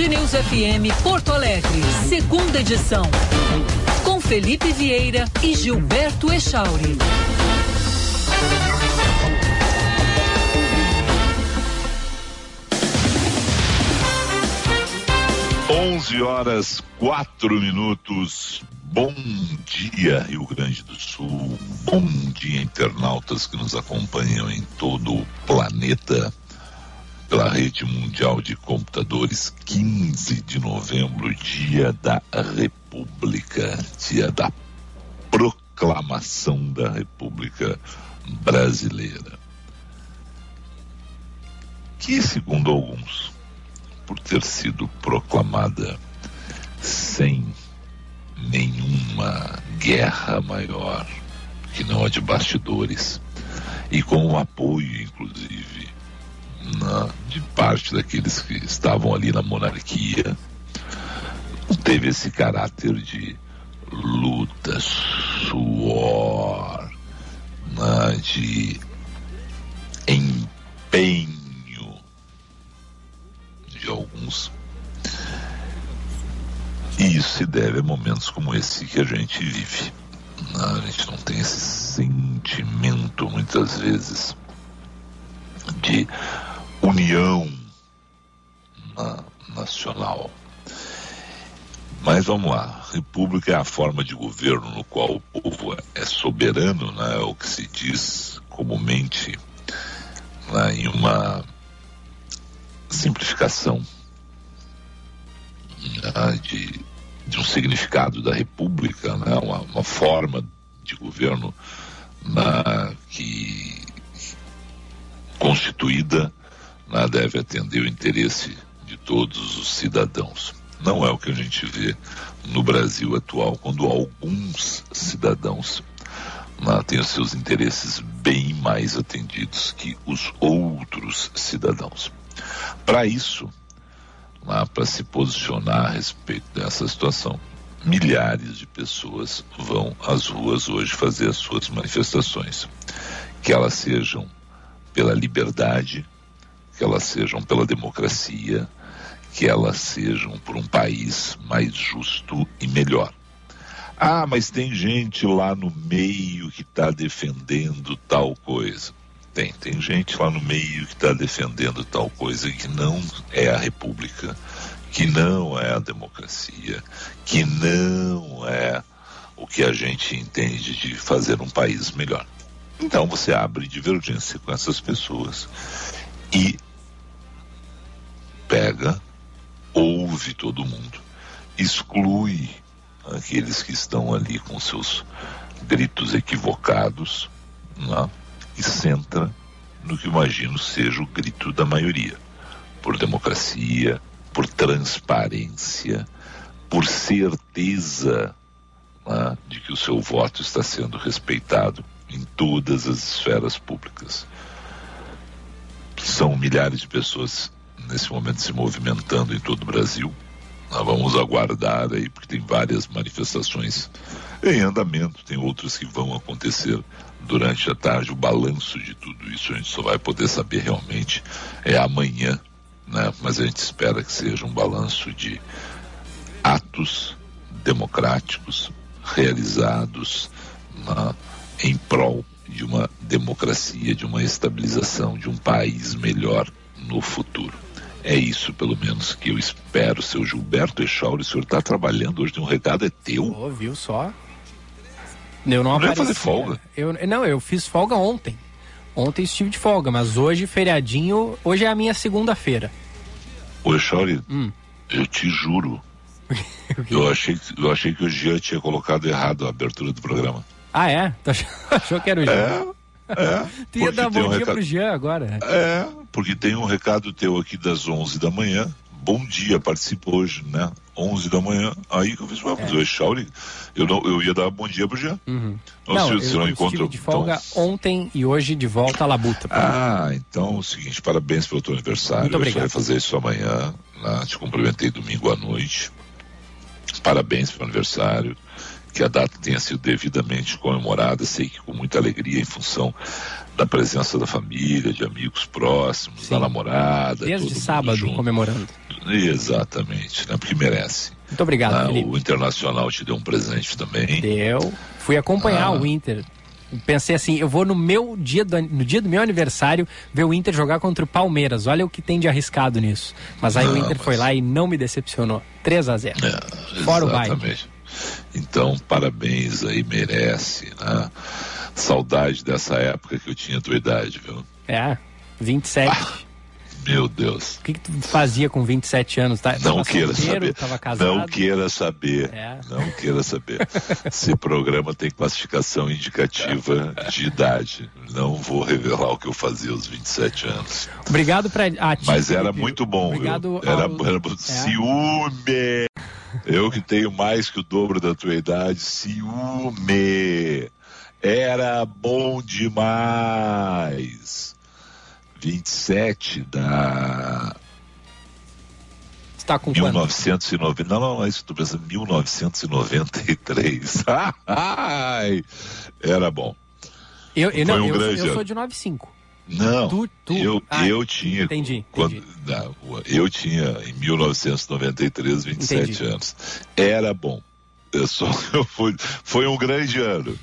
Band News FM Porto Alegre, segunda edição. Com Felipe Vieira e Gilberto Echauri. 11h04. Bom dia, Rio Grande do Sul. Bom dia, internautas que nos acompanham em todo o planeta pela Rede Mundial de Computadores. 15 de novembro, dia da República, dia da proclamação da República Brasileira, que, segundo alguns, por ter sido proclamada sem nenhuma guerra maior que não a de bastidores e com o apoio, inclusive, de parte daqueles que estavam ali na monarquia, não teve esse caráter de luta, suor, de empenho de alguns. E isso se deve a momentos como esse que a gente vive. A gente não tem esse sentimento, muitas vezes, de união nacional. Mas vamos lá. República é a forma de governo no qual o povo é soberano, né? O que se diz comumente, né, em uma simplificação de um significado da República, né? Uma forma de governo que constituída, né, deve atender o interesse de todos os cidadãos. Não é o que a gente vê no Brasil atual, quando alguns cidadãos, né, têm os seus interesses bem mais atendidos que os outros cidadãos. Para isso, para se posicionar a respeito dessa situação, milhares de pessoas vão às ruas hoje fazer as suas manifestações, que elas sejam pela liberdade, que elas sejam pela democracia, que elas sejam por um país mais justo e melhor. Ah, mas tem gente lá no meio que está defendendo tal coisa. Tem gente lá no meio que está defendendo tal coisa que não é a República, que não é a democracia, que não é o que a gente entende de fazer um país melhor. Então você abre divergência com essas pessoas e ouve todo mundo, exclui aqueles que estão ali com seus gritos equivocados, né? E centra no que imagino seja o grito da maioria, por democracia, por transparência, por certeza, né, de que o seu voto está sendo respeitado em todas as esferas públicas. São milhares de pessoas nesse momento se movimentando em todo o Brasil. Nós vamos aguardar aí, porque tem várias manifestações em andamento, tem outras que vão acontecer durante a tarde. O balanço de tudo isso a gente só vai poder saber realmente amanhã, né? Mas a gente espera que seja um balanço de atos democráticos realizados em prol de uma democracia, de uma estabilização, de um país melhor no futuro. É isso, pelo menos, que eu espero. Seu Gilberto Echauri, o senhor está trabalhando hoje, tem um recado, é teu. Viu só? Eu não apareci. Fazer folga? Eu fiz folga ontem. Ontem estive de folga, mas hoje, feriadinho, hoje é a minha segunda-feira. Ô Echauri, eu te juro, eu achei que o Jean tinha colocado errado a abertura do programa. Ah, é? Tu achou que era o Jean? Tu ia dar bom dia pro Jean agora. Porque tem um recado teu aqui das 11 da manhã. Bom dia, participa hoje, né? 11 da manhã. Aí que eu fiz, o Echauri, eu ia dar bom dia pro Jean. Uhum. Eu estive de folga ontem e hoje de volta à labuta. Então é o seguinte, parabéns pelo teu aniversário. Muito obrigado. Eu só ia fazer isso amanhã, né? Te cumprimentei domingo à noite. Parabéns pelo aniversário. que a data tenha sido devidamente comemorada, sei que com muita alegria, em função da presença da família, de amigos próximos, sim, da namorada. Desde sábado junto, comemorando. Exatamente, né? Porque merece. Muito obrigado, Felipe. O Internacional te deu um presente também. Deu. Fui acompanhar o Inter. Pensei assim, eu vou no dia do meu aniversário ver o Inter jogar contra o Palmeiras. Olha o que tem de arriscado nisso. Mas aí o Inter foi lá e não me decepcionou. 3-0. Fora o baile. Então, parabéns aí, merece, né? Saudade dessa época que eu tinha a tua idade, viu? 27. Meu Deus. O que tu fazia com 27 anos? Não queira saber. Tava casado? Não queira saber. Não queira saber. Esse programa tem classificação indicativa de idade. Não vou revelar o que eu fazia aos 27 anos. Obrigado a ti. Mas era muito bom. Obrigado era ciúme. Eu que tenho mais que o dobro da tua idade, ciúme. Era bom demais. 27 da... Está com 1990. Não, isso tu pensa 1993. Ai, era bom. Eu sou de 95. Não, eu tinha. Entendi. Eu tinha em 1993 27 anos. Era bom. Foi um grande ano.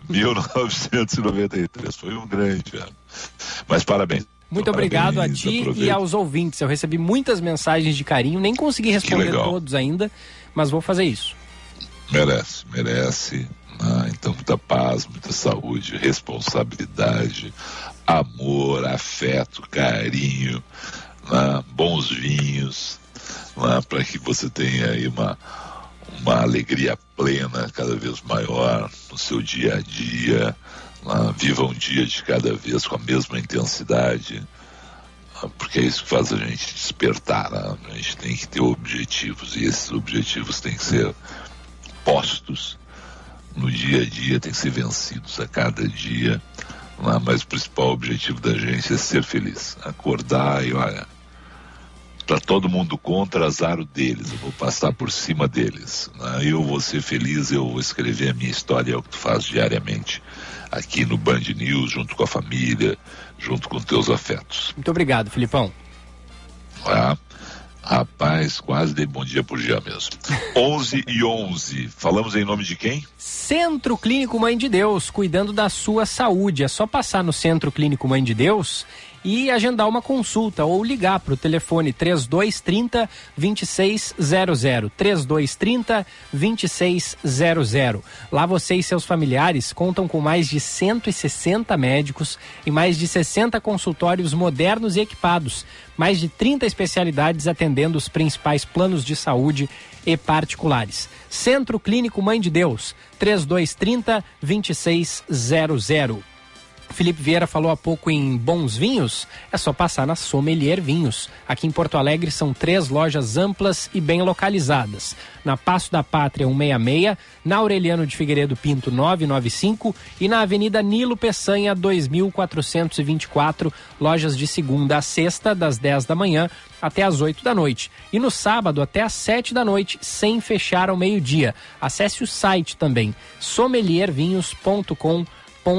1993 foi um grande ano. Mas parabéns. Muito obrigado a ti e aos ouvintes. Eu recebi muitas mensagens de carinho, nem consegui responder todos ainda, mas vou fazer isso. Merece. Então, muita paz, muita saúde, responsabilidade, amor, afeto, carinho, bons vinhos, para que você tenha aí uma alegria plena cada vez maior no seu dia a dia. Viva um dia de cada vez com a mesma intensidade, porque é isso que faz a gente despertar, né? A gente tem que ter objetivos, e esses objetivos têm que ser postos no dia a dia, têm que ser vencidos a cada dia, mas o principal objetivo da gente é ser feliz, acordar e olha, tá todo mundo contra, azar o deles, eu vou passar por cima deles, eu vou ser feliz, eu vou escrever a minha história, é o que tu faz diariamente aqui no Band News, junto com a família, junto com teus afetos. Muito obrigado, Filipão. Rapaz, quase dei bom dia por dia mesmo. 11h11, falamos em nome de quem? Centro Clínico Mãe de Deus, cuidando da sua saúde. É só passar no Centro Clínico Mãe de Deus e agendar uma consulta ou ligar para o telefone 3230-2600, 3230-2600. Lá você e seus familiares contam com mais de 160 médicos e mais de 60 consultórios modernos e equipados, mais de 30 especialidades atendendo os principais planos de saúde e particulares. Centro Clínico Mãe de Deus, 3230-2600. Felipe Vieira falou há pouco em bons vinhos, é só passar na Sommelier Vinhos. Aqui em Porto Alegre são 3 lojas amplas e bem localizadas. Na Paço da Pátria 166, na Aureliano de Figueiredo Pinto 995 e na Avenida Nilo Peçanha 2424, lojas de segunda a sexta, das 10 da manhã até as 8 da noite. E no sábado até as 7 da noite, sem fechar ao meio-dia. Acesse o site também, sommeliervinhos.com.br.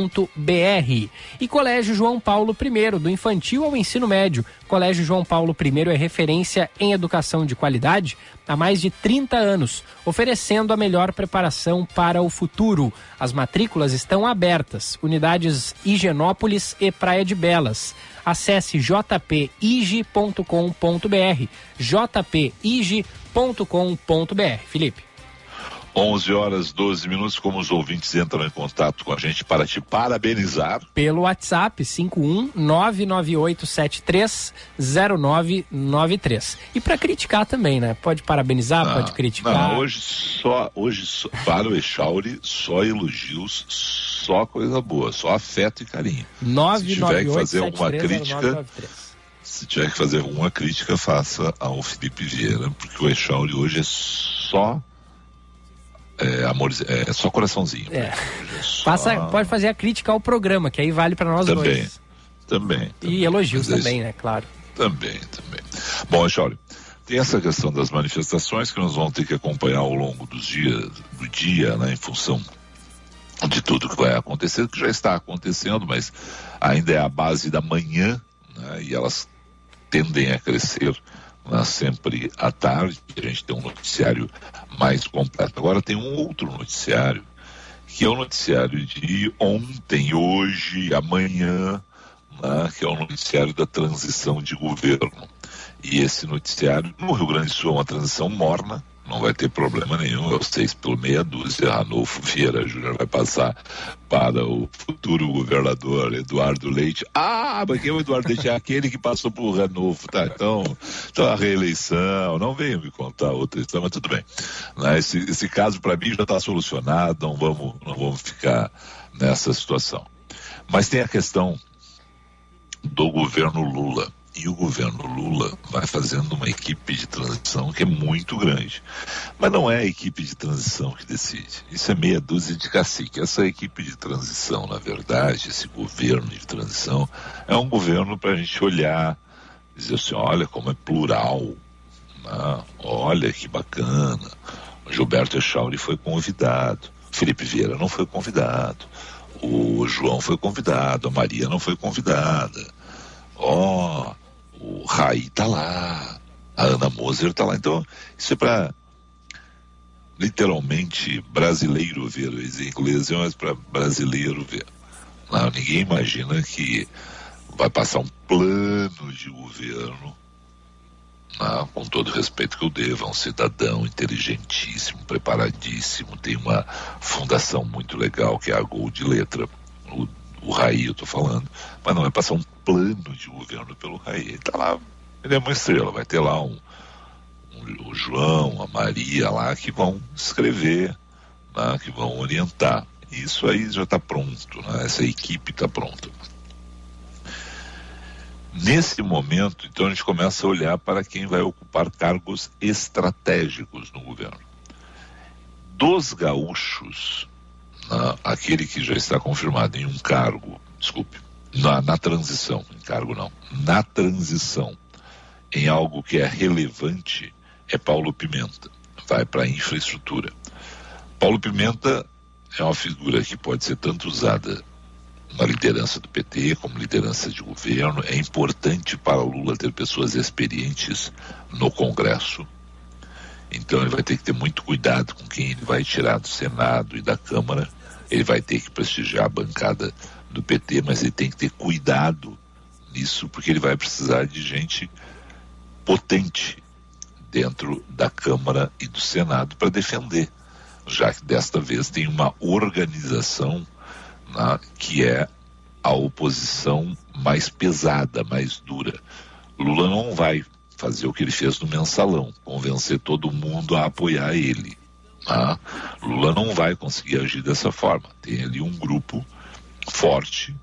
E Colégio João Paulo I, do infantil ao ensino médio. Colégio João Paulo I é referência em educação de qualidade há mais de 30 anos, oferecendo a melhor preparação para o futuro. As matrículas estão abertas, unidades Higienópolis e Praia de Belas. Acesse jpige.com.br, jpige.com.br. Felipe. 11h12, como os ouvintes entram em contato com a gente para te parabenizar? Pelo WhatsApp 51998730993. E para criticar também, né? Pode parabenizar, pode criticar. Não, hoje só para o Echauri, só elogios, só coisa boa, só afeto e carinho. 998730993. Se tiver que fazer alguma crítica, faça ao Felipe Vieira, porque o Echauri hoje é só é só coraçãozinho. Pode fazer a crítica ao programa, que aí vale para nós dois. Também. E elogios também, né? Claro. Também. Bom, Echauri, Tem essa questão das manifestações que nós vamos ter que acompanhar ao longo do dia, né, em função de tudo que vai acontecer, que já está acontecendo, mas ainda é a base da manhã, né, e elas tendem a crescer, né, sempre à tarde. A gente tem um noticiário mais completo. Agora tem um outro noticiário, que é o noticiário de ontem, hoje, amanhã, né, que é o noticiário da transição de governo. E esse noticiário, no Rio Grande do Sul, é uma transição morna, não vai ter problema nenhum, é o 6 pelo meia dúzia. Ranolfo Vieira Júnior vai passar para o futuro governador Eduardo Leite. Mas quem é o Eduardo Leite? É aquele que passou por Ranolfo, tá? Então a reeleição, não venham me contar outra história, mas tudo bem. Esse caso, para mim, já está solucionado, não vamos ficar nessa situação. Mas tem a questão do governo Lula. E o governo Lula vai fazendo uma equipe de transição que é muito grande. Mas não é a equipe de transição que decide. Isso é meia dúzia de cacique. Essa equipe de transição, na verdade, esse governo de transição, é um governo para a gente olhar, dizer assim, olha como é plural, né? Olha que bacana. O Gilberto Echauri foi convidado, Felipe Vieira não foi convidado, o João foi convidado, a Maria não foi convidada. O Raí tá lá, a Ana Moser tá lá. Então, isso é para literalmente brasileiro ver, eu ia dizer em inglês, mas para brasileiro ver. Não, ninguém imagina que vai passar um plano de governo, não, com todo o respeito que eu devo, é um cidadão inteligentíssimo, preparadíssimo, tem uma fundação muito legal que é a Gol de Letra, o Raí, eu tô falando, mas não é passar um plano de governo pelo Raí. Ele tá lá, ele é uma estrela, vai ter lá o João, a Maria lá, que vão escrever, né, que vão orientar. Isso aí já está pronto, né, essa equipe está pronta. Nesse momento, então, a gente começa a olhar para quem vai ocupar cargos estratégicos no governo. Dos gaúchos, aquele que já está confirmado em um cargo, na transição, em cargo não, na transição, em algo que é relevante, é Paulo Pimenta, vai para a infraestrutura. Paulo Pimenta é uma figura que pode ser tanto usada na liderança do PT como liderança de governo. É importante para Lula ter pessoas experientes no Congresso. Então ele vai ter que ter muito cuidado com quem ele vai tirar do Senado e da Câmara. Ele vai ter que prestigiar a bancada do PT, mas ele tem que ter cuidado nisso, porque ele vai precisar de gente potente dentro da Câmara e do Senado para defender, já que desta vez tem uma organização, né, que é a oposição mais pesada, mais dura. Lula não vai fazer o que ele fez no Mensalão, convencer todo mundo a apoiar ele. Lula não vai conseguir agir dessa forma. Tem ali um grupo forte,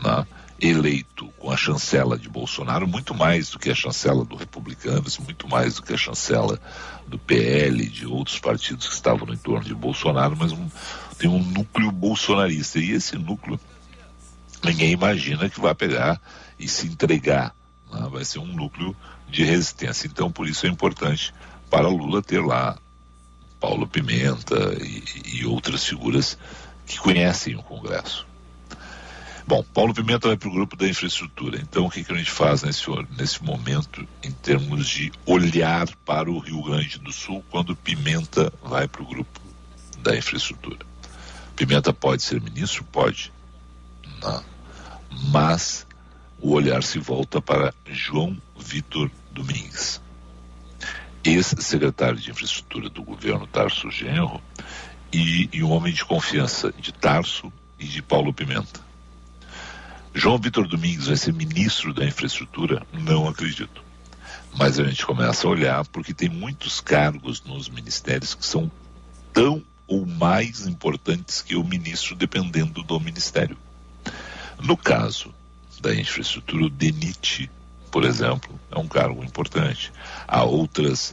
eleito com a chancela de Bolsonaro, muito mais do que a chancela do Republicanos, muito mais do que a chancela do PL, de outros partidos que estavam no entorno de Bolsonaro, mas tem um núcleo bolsonarista, e esse núcleo ninguém imagina que vai pegar e se entregar, vai ser um núcleo de resistência. Então, por isso é importante para Lula ter lá Paulo Pimenta e outras figuras que conhecem o Congresso. Bom, Paulo Pimenta vai para o grupo da infraestrutura. Então, o que a gente faz nesse momento, em termos de olhar para o Rio Grande do Sul, quando Pimenta vai para o grupo da infraestrutura? Pimenta pode ser ministro? Pode. Não. Mas o olhar se volta para João Vitor Domingues, ex-secretário de infraestrutura do governo Tarso Genro e um homem de confiança de Tarso e de Paulo Pimenta. João Vitor Domingues vai ser ministro da infraestrutura? Não acredito. Mas a gente começa a olhar porque tem muitos cargos nos ministérios que são tão ou mais importantes que o ministro, dependendo do ministério. No caso da infraestrutura, o DENIT, por exemplo, é um cargo importante. Há outros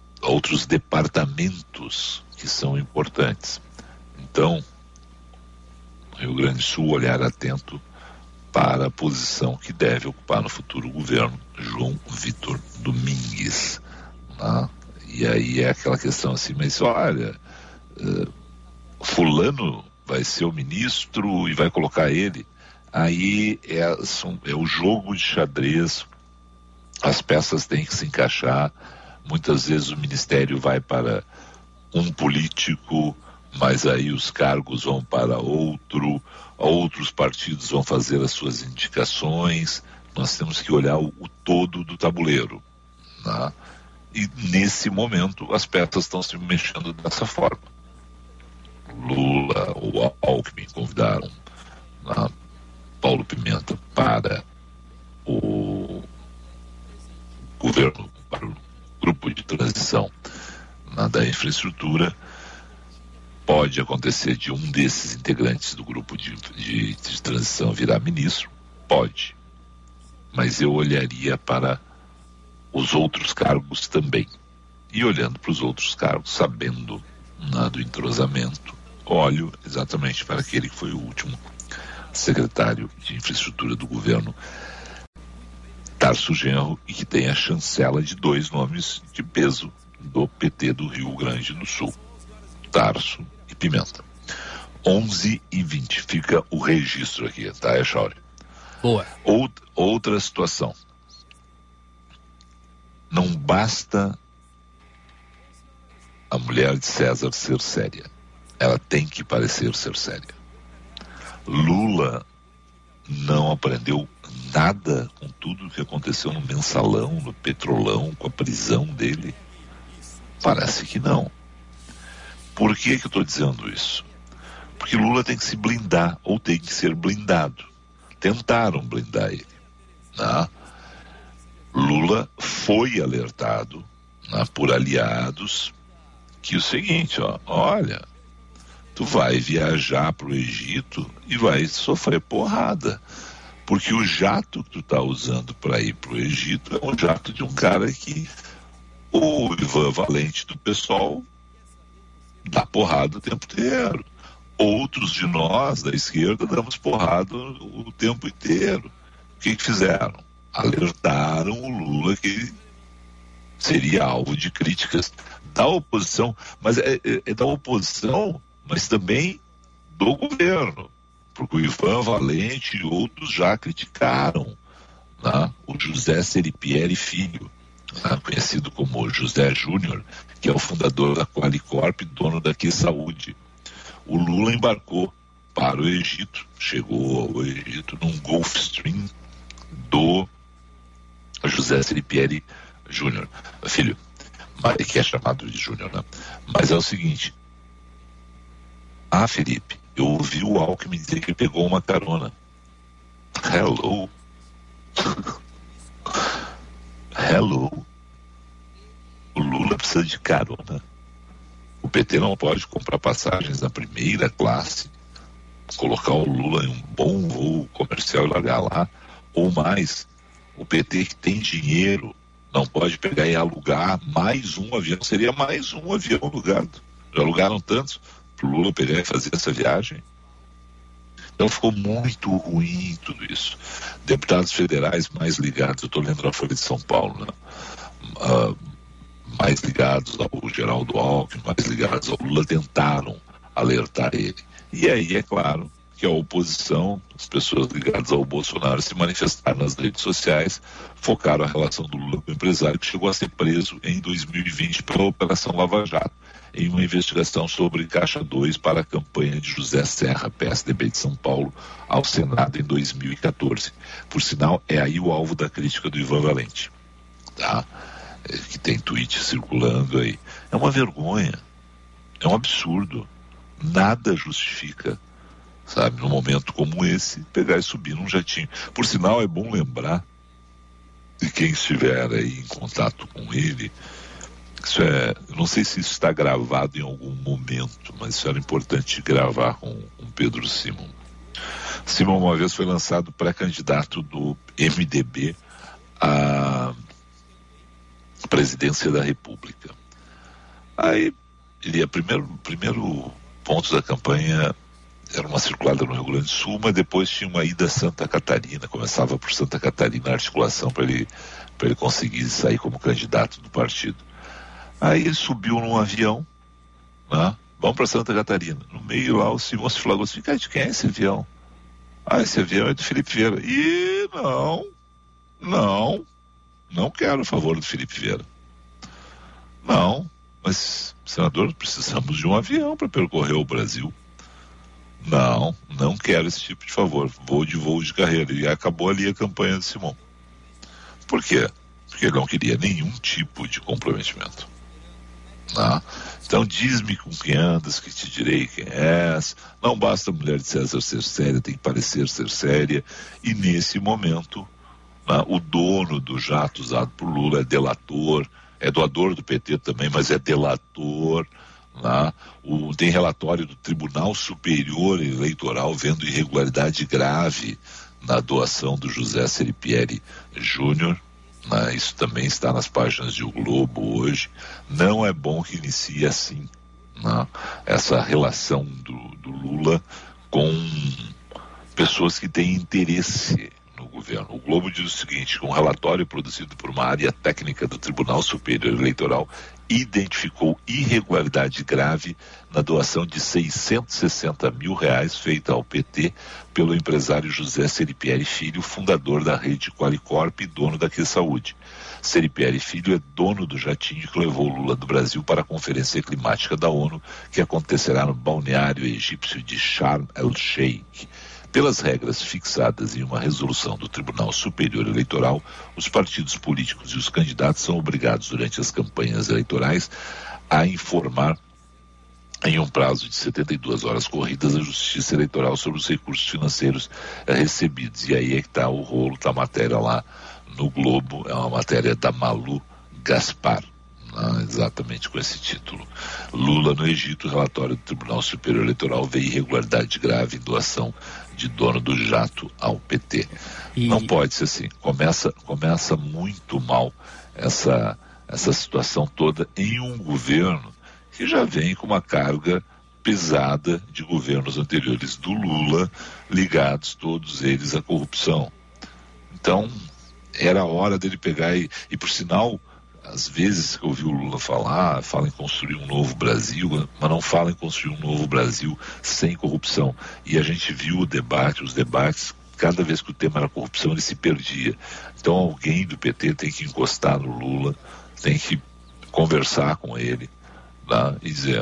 departamentos que são importantes. Então, no Rio Grande do Sul, olhar atento para a posição que deve ocupar no futuro governo João Vitor Domingues. né? E aí é aquela questão assim, mas olha, fulano vai ser o ministro e vai colocar ele. Aí é o jogo de xadrez, as peças têm que se encaixar. Muitas vezes o ministério vai para um político, mas aí os cargos vão para outros partidos vão fazer as suas indicações. Nós temos que olhar o todo do tabuleiro, né? E nesse momento as peças estão se mexendo dessa forma. Lula ou Alckmin convidaram, né, Paulo Pimenta para o governo, para o grupo de transição, né, da infraestrutura. Pode acontecer de um desses integrantes do grupo de transição virar ministro? Pode. Mas eu olharia para os outros cargos também. E olhando para os outros cargos, sabendo, né, do entrosamento, olho exatamente para aquele que foi o último secretário de infraestrutura do governo, Tarso Genro, e que tem a chancela de 2 nomes de peso do PT do Rio Grande do Sul, Tarso e Pimenta. 11h20, fica o registro aqui, tá, Echauri? Boa. Outra situação. Não basta a mulher de César ser séria, ela tem que parecer ser séria. Lula não aprendeu nada com tudo o que aconteceu no Mensalão, no Petrolão, com a prisão dele? Parece que não. Por que eu estou dizendo isso? Porque Lula tem que se blindar, ou tem que ser blindado. Tentaram blindar ele, né? Lula foi alertado, né, por aliados, que o seguinte, olha, tu vai viajar para o Egito e vai sofrer porrada, porque o jato que tu tá usando para ir para o Egito é um jato de um cara que o Ivan Valente do PSOL dá porrada o tempo inteiro. Outros de nós, da esquerda, damos porrada o tempo inteiro. O que fizeram? Alertaram o Lula que seria alvo de críticas da oposição, mas é da oposição, mas também do governo, porque o Ivan Valente e outros já criticaram, né, o José Seripieri Filho, né, conhecido como José Júnior, que é o fundador da Qualicorp, dono da Que Saúde. O Lula embarcou para o Egito, chegou ao Egito num Gulfstream do José Seripieri Júnior, filho, que é chamado de Júnior, né? Mas é o seguinte, Felipe, eu ouvi o Alckmin dizer que ele pegou uma carona. Hello. Hello. O Lula precisa de carona. O PT não pode comprar passagens na primeira classe, colocar o Lula em um bom voo comercial e largar lá, ou mais, o PT que tem dinheiro não pode pegar e alugar mais um avião, seria mais um avião alugado. Já alugaram tantos para o Lula pegar e fazer essa viagem. Então ficou muito ruim tudo isso. Deputados federais mais ligados, eu estou lendo a Folha de São Paulo, né? Mais ligados ao Geraldo Alckmin, mais ligados ao Lula, tentaram alertar ele. E aí, é claro, que a oposição, as pessoas ligadas ao Bolsonaro, se manifestaram nas redes sociais, focaram a relação do Lula com o empresário, que chegou a ser preso em 2020 pela Operação Lava Jato, em uma investigação sobre Caixa 2 para a campanha de José Serra, PSDB de São Paulo, ao Senado em 2014. Por sinal, é aí o alvo da crítica do Ivan Valente, tá? Que tem tweet circulando aí. É uma vergonha, é um absurdo, nada justifica, sabe, num momento como esse, pegar e subir num jatinho. Por sinal, é bom lembrar, de quem estiver aí em contato com ele, isso eu não sei se isso está gravado em algum momento, mas isso era importante gravar com Pedro Simon. Simon uma vez foi lançado pré-candidato do MDB à presidência da República. Aí, primeiro ponto da campanha era uma circulada no Rio Grande do Sul, mas depois tinha uma ida a Santa Catarina, começava por Santa Catarina a articulação para ele conseguir sair como candidato do partido. Aí ele subiu num avião, né? Vamos para Santa Catarina. No meio lá o Simão se flagrou assim, cara, de quem é esse avião? Ah, esse avião é do Felipe Vieira. E não quero o favor do Felipe Vieira. Não, mas, senador, precisamos de um avião para percorrer o Brasil. Não quero esse tipo de favor. Vou de carreira. E acabou ali a campanha do Simão. Por quê? Porque ele não queria nenhum tipo de comprometimento. Não. Então diz-me com quem andas, que te direi quem és. Não basta a mulher de César ser séria, tem que parecer ser séria. E nesse momento, o dono do jato usado por Lula é delator, é doador do PT também, mas é delator. Tem relatório do Tribunal Superior Eleitoral vendo irregularidade grave na doação do José Seripieri Júnior. Isso também está nas páginas de O Globo hoje. Não é bom que inicie assim, essa relação do Lula com pessoas que têm interesse no governo. O Globo diz o seguinte, que um relatório produzido por uma área técnica do Tribunal Superior Eleitoral identificou irregularidade grave na doação de R$660 mil feita ao PT pelo empresário José Seripieri Filho, fundador da rede Qualicorp e dono da QSaúde. Seripieri Filho é dono do jatinho que levou Lula do Brasil para a Conferência Climática da ONU, que acontecerá no balneário egípcio de Sharm el-Sheikh. Pelas regras fixadas em uma resolução do Tribunal Superior Eleitoral, os partidos políticos e os candidatos são obrigados, durante as campanhas eleitorais, a informar em um prazo de 72 horas corridas a Justiça Eleitoral sobre os recursos financeiros recebidos. E aí é que está o rolo, está a matéria lá no Globo, é uma matéria da Malu Gaspar. Exatamente com esse título. Lula no Egito, relatório do Tribunal Superior Eleitoral vê irregularidade grave em doação de dono do jato ao PT. Não pode ser assim. Começa muito mal essa situação toda em um governo que já vem com uma carga pesada de governos anteriores do Lula, ligados todos eles à corrupção. Então, era hora dele pegar e por sinal, às vezes que eu ouvi o Lula fala em construir um novo Brasil, mas não fala em construir um novo Brasil sem corrupção. E a gente viu os debates, cada vez que o tema era corrupção, ele se perdia. Então alguém do PT tem que encostar no Lula, tem que conversar com ele, e dizer,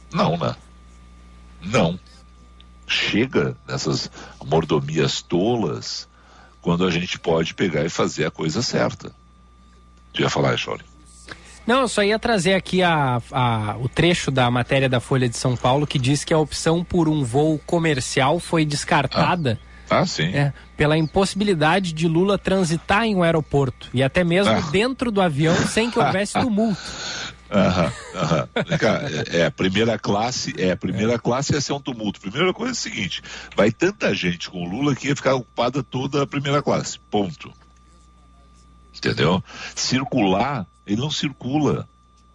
não. Chega dessas mordomias tolas, quando a gente pode pegar e fazer a coisa certa. Tu ia falar, Chauri? Não, eu só ia trazer aqui o trecho da matéria da Folha de São Paulo que diz que a opção por um voo comercial foi descartada sim. Pela impossibilidade de Lula transitar em um aeroporto e até mesmo dentro do avião sem que houvesse tumulto. A primeira classe ia ser um tumulto. Primeira coisa é o seguinte, vai tanta gente com o Lula que ia ficar ocupada toda a primeira classe, ponto. Entendeu? Circular, ele não circula.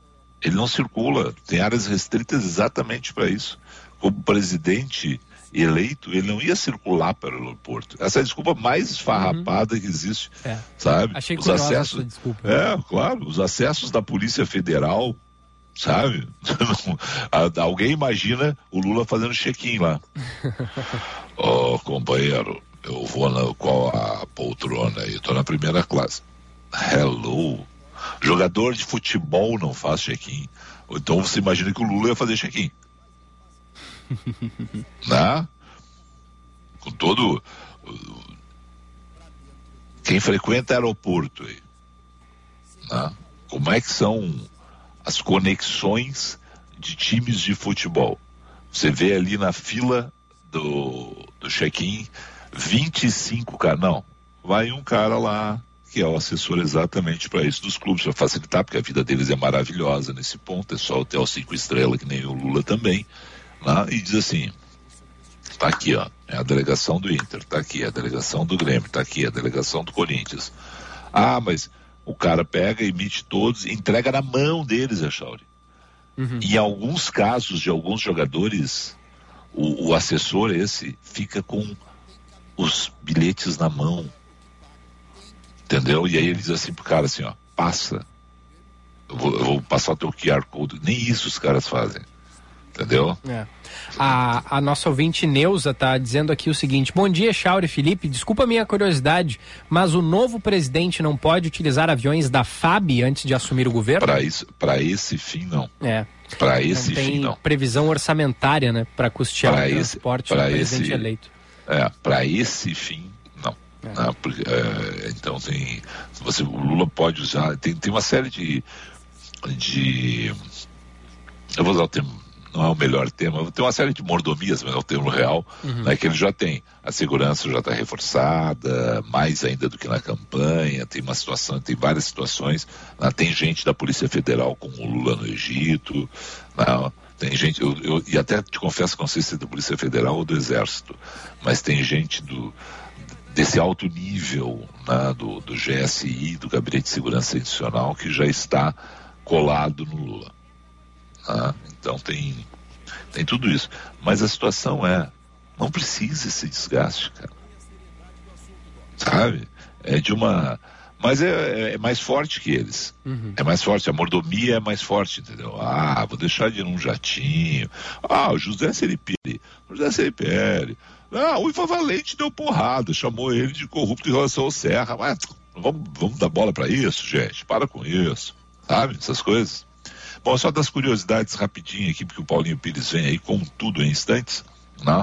Tem áreas restritas exatamente para isso. Como presidente eleito, ele não ia circular para o aeroporto. Essa é a desculpa mais esfarrapada que existe, sabe? Achei os curiosa acessos, essa desculpa. Claro, os acessos da Polícia Federal, sabe? Alguém imagina o Lula fazendo check-in lá. Companheiro, eu vou qual a poltrona aí? Tô na primeira classe. Hello? Jogador de futebol não faz check-in. Então você imagina que o Lula ia fazer check-in. Com todo quem frequenta aeroporto aí, como é que são as conexões de times de futebol? Você vê ali na fila do check-in 25 caras, não, vai um cara lá que é o assessor exatamente para isso dos clubes, para facilitar, porque a vida deles é maravilhosa nesse ponto, é só hotel 5 estrelas que nem o Lula também, e diz assim, tá aqui, é a delegação do Inter, tá aqui, é a delegação do Grêmio, tá aqui, é a delegação do Corinthians. Mas o cara pega, emite todos, entrega na mão deles, Chauri. Em alguns casos de alguns jogadores, o assessor esse fica com os bilhetes na mão. Entendeu? E aí ele diz assim pro cara assim, passa. eu vou passar o teu QR Code. Nem isso os caras fazem. Entendeu? A nossa ouvinte Neuza tá dizendo aqui o seguinte: bom dia, Echauri e Felipe, desculpa a minha curiosidade, mas o novo presidente não pode utilizar aviões da FAB antes de assumir o governo? Para esse fim, não. Para esse fim, não. Previsão orçamentária, né, para custear o transporte do presidente eleito. Para esse fim, não. Então o Lula pode usar, tem uma série de eu vou usar o termo, não é o melhor termo, tem uma série de mordomias, mas é o termo real, né, que ele já tem. A segurança já está reforçada, mais ainda do que na campanha, tem várias situações, né, tem gente da Polícia Federal com o Lula no Egito, né, tem gente, e até te confesso que não sei se é da Polícia Federal ou do Exército, mas tem gente desse alto nível, né, do GSI, do Gabinete de Segurança Institucional, que já está colado no Lula. Então tem tudo isso, mas a situação não precisa esse desgaste, cara, sabe? Mas é mais forte que eles, é mais forte, a mordomia é mais forte, entendeu? Vou deixar de ir num jatinho, o José Seriperi, o Ivan Valente deu porrada, chamou ele de corrupto em relação ao Serra, mas vamos dar bola pra isso, gente, para com isso, sabe? Essas coisas. Bom, só das curiosidades rapidinho aqui, porque o Paulinho Pires vem aí com tudo em instantes, né?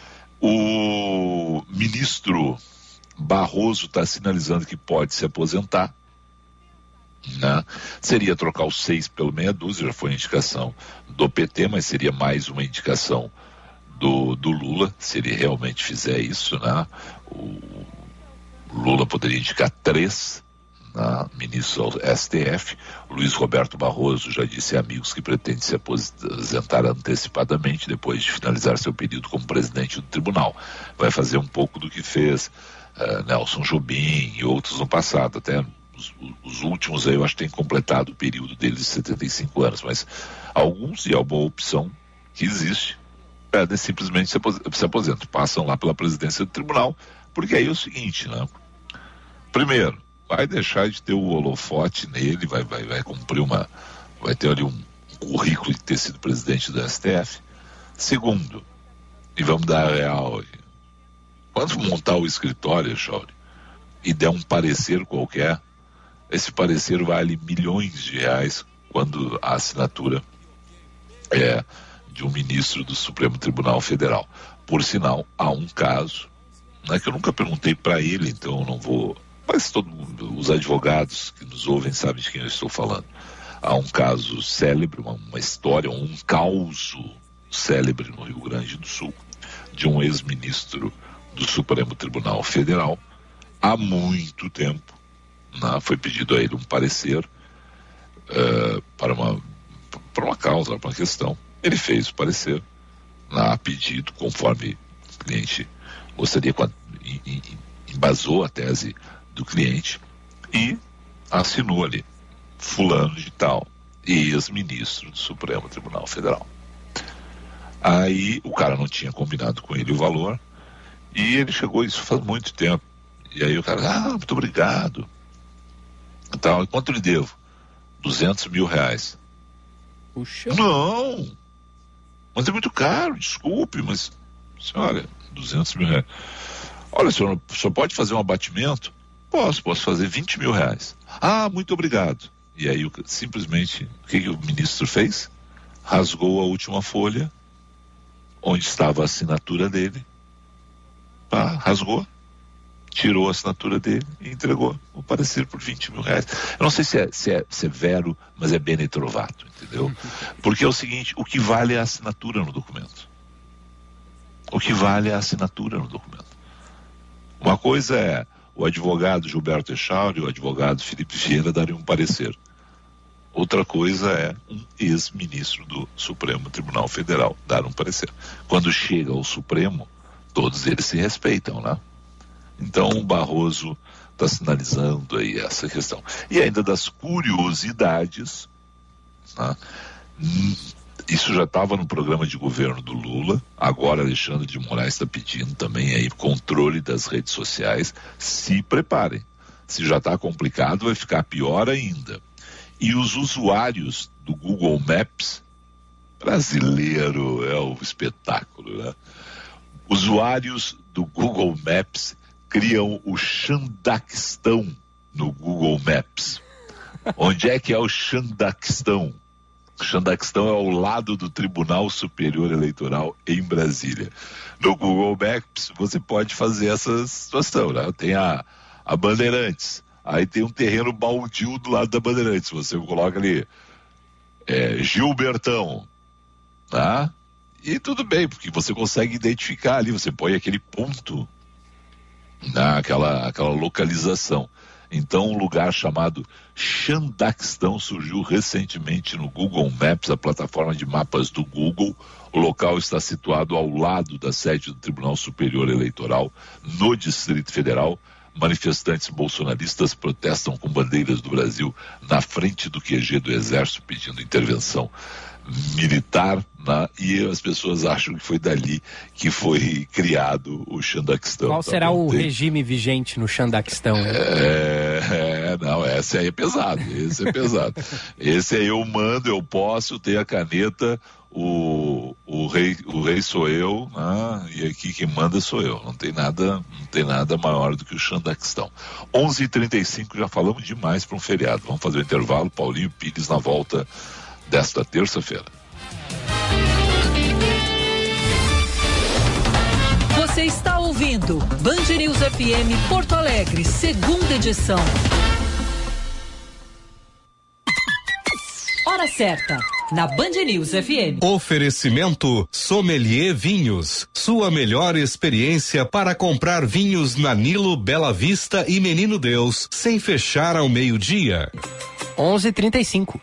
O ministro Barroso está sinalizando que pode se aposentar, né? Seria trocar os 6 pelo meia dúzia, já foi indicação do PT, mas seria mais uma indicação do Lula, se ele realmente fizer isso, né? O Lula poderia indicar 3 ministro ao STF. O Luiz Roberto Barroso já disse a amigos que pretende se aposentar antecipadamente depois de finalizar seu período como presidente do tribunal. Vai fazer um pouco do que fez Nelson Jobim e outros no passado, até os últimos aí eu acho que tem completado o período deles de 75 anos, mas alguns, e é uma boa opção que existe, pedem simplesmente se aposentam, passam lá pela presidência do tribunal, porque aí é o seguinte, né? Primeiro, vai deixar de ter o holofote nele, vai cumprir vai ter ali um currículo de ter sido presidente do STF. Segundo, e vamos dar a real aqui, quando montar o escritório, Chauri, e der um parecer qualquer, esse parecer vale milhões de reais quando a assinatura é de um ministro do Supremo Tribunal Federal. Por sinal, há um caso, né, que eu nunca perguntei para ele, então eu não vou... Mas os advogados que nos ouvem sabem de quem eu estou falando. Há um caso célebre, uma história, um causo célebre no Rio Grande do Sul, de um ex-ministro do Supremo Tribunal Federal, há muito tempo, né, foi pedido a ele um parecer para uma causa, para uma questão. Ele fez o parecer, a pedido, conforme o cliente gostaria, embasou a tese do cliente e assinou ali, fulano de tal, ex-ministro do Supremo Tribunal Federal. Aí o cara não tinha combinado com ele o valor e ele chegou, isso faz muito tempo, e aí o cara, muito obrigado, então, quanto lhe devo? 200 mil reais. Puxa. Não, mas é muito caro, desculpe, mas senhora, 200 mil reais. Olha, o senhor pode fazer um abatimento? Posso fazer 20 mil reais. Muito obrigado. E aí, simplesmente, o que o ministro fez? Rasgou a última folha, onde estava a assinatura dele. Rasgou, tirou a assinatura dele e entregou o parecer por 20 mil reais. Eu não sei se é severo, mas é bene trovato, entendeu? Porque é o seguinte, o que vale é a assinatura no documento. O que vale é a assinatura no documento. Uma coisa é o advogado Gilberto Echauri e o advogado Felipe Vieira darem um parecer. Outra coisa é um ex-ministro do Supremo Tribunal Federal dar um parecer. Quando chega ao Supremo, todos eles se respeitam, né? Então o Barroso está sinalizando aí essa questão. E ainda das curiosidades, né? Isso já estava no programa de governo do Lula, agora Alexandre de Moraes está pedindo também aí controle das redes sociais. Se preparem, se já está complicado vai ficar pior ainda. E os usuários do Google Maps, brasileiro é um espetáculo, né? Usuários do Google Maps criam o Xandaquistão no Google Maps. Onde é que é o Xandaquistão? O Xandaquistão é ao lado do Tribunal Superior Eleitoral em Brasília. No Google Maps você pode fazer essa situação, né? Tem a Bandeirantes, aí tem um terreno baldio do lado da Bandeirantes, você coloca ali Gilbertão, tá? E tudo bem, porque você consegue identificar ali, você põe aquele ponto naquela localização. Então, um lugar chamado Xandaquistão surgiu recentemente no Google Maps, a plataforma de mapas do Google. O local está situado ao lado da sede do Tribunal Superior Eleitoral, no Distrito Federal. Manifestantes bolsonaristas protestam com bandeiras do Brasil na frente do QG do Exército, pedindo intervenção militar, né? E as pessoas acham que foi dali que foi criado o Xandaquistão. Qual será o regime vigente no Xandaquistão? Não, esse aí é pesado, Esse aí eu mando, eu posso, tenho a caneta, o rei sou eu, né? E aqui quem manda sou eu, não tem nada maior do que o Xandaquistão. 11h35, já falamos demais para um feriado, vamos fazer o intervalo. Paulinho Pires na volta desta terça-feira. Você está ouvindo Band News FM Porto Alegre, segunda edição. Hora certa, na Band News FM. Oferecimento Sommelier Vinhos. Sua melhor experiência para comprar vinhos na Nilo, Bela Vista e Menino Deus, sem fechar ao meio-dia. 11h35.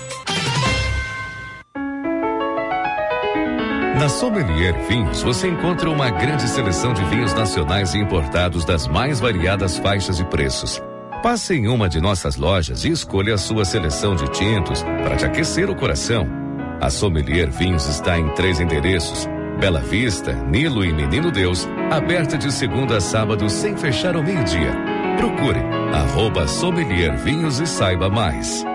Na Sommelier Vinhos você encontra uma grande seleção de vinhos nacionais e importados das mais variadas faixas de preços. Passe em uma de nossas lojas e escolha a sua seleção de tintos para te aquecer o coração. A Sommelier Vinhos está em 3 endereços: Bela Vista, Nilo e Menino Deus, aberta de segunda a sábado sem fechar ao meio-dia. Procure @Sommelier Vinhos e saiba mais.